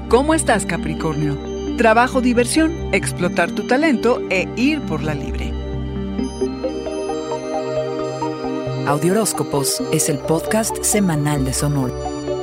¿Cómo estás, Capricornio? Trabajo, diversión, explotar tu talento e ir por la libre. Audioróscopos es el podcast semanal de Sonoro.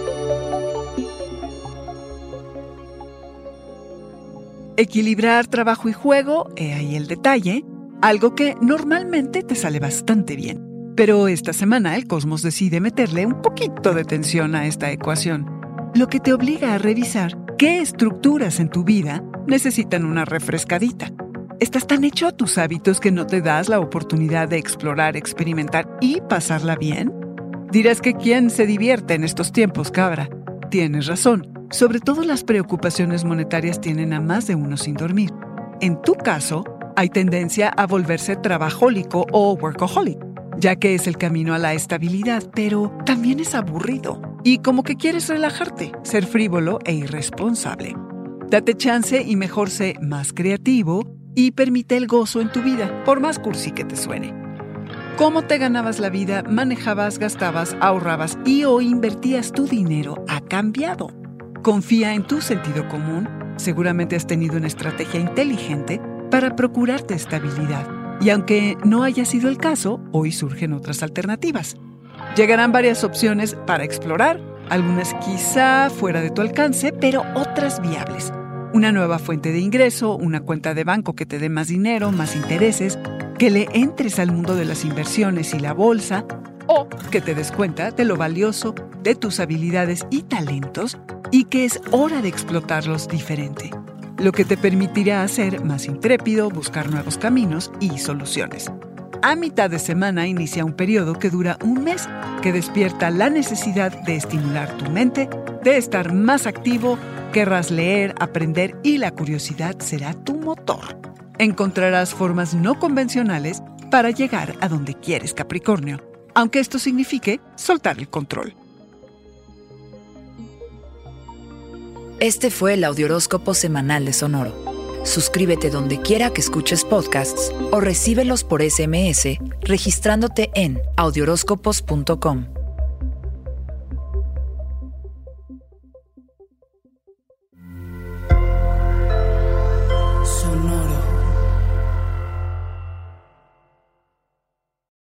Equilibrar trabajo y juego, he ahí el detalle, algo que normalmente te sale bastante bien. Pero esta semana el cosmos decide meterle un poquito de tensión a esta ecuación, lo que te obliga a revisar qué estructuras en tu vida necesitan una refrescadita. ¿Estás tan hecho a tus hábitos que no te das la oportunidad de explorar, experimentar y pasarla bien? Dirás que ¿quién se divierte en estos tiempos, cabra? Tienes razón. Sobre todo las preocupaciones monetarias tienen a más de uno sin dormir. En tu caso, hay tendencia a volverse trabajólico o workaholic, ya que es el camino a la estabilidad, pero también es aburrido. Y como que quieres relajarte, ser frívolo e irresponsable. Date chance y mejor sé más creativo y permite el gozo en tu vida, por más cursi que te suene. ¿Cómo te ganabas la vida? Manejabas, gastabas, ahorrabas y o invertías tu dinero ha cambiado. Confía en tu sentido común. Seguramente has tenido una estrategia inteligente para procurarte estabilidad. Y aunque no haya sido el caso, hoy surgen otras alternativas. Llegarán varias opciones para explorar, algunas quizá fuera de tu alcance, pero otras viables. Una nueva fuente de ingreso, una cuenta de banco que te dé más dinero, más intereses, que le entres al mundo de las inversiones y la bolsa, o que te des cuenta de lo valioso de tus habilidades y talentos y que es hora de explotarlos diferente, lo que te permitirá ser más intrépido, buscar nuevos caminos y soluciones. A mitad de semana inicia un periodo que dura un mes, que despierta la necesidad de estimular tu mente, de estar más activo, querrás leer, aprender y la curiosidad será tu motor. Encontrarás formas no convencionales para llegar a donde quieres, Capricornio, aunque esto signifique soltar el control. Este fue el Audioróscopo semanal de Sonoro. Suscríbete donde quiera que escuches podcasts o recíbelos por SMS registrándote en audioróscopos.com.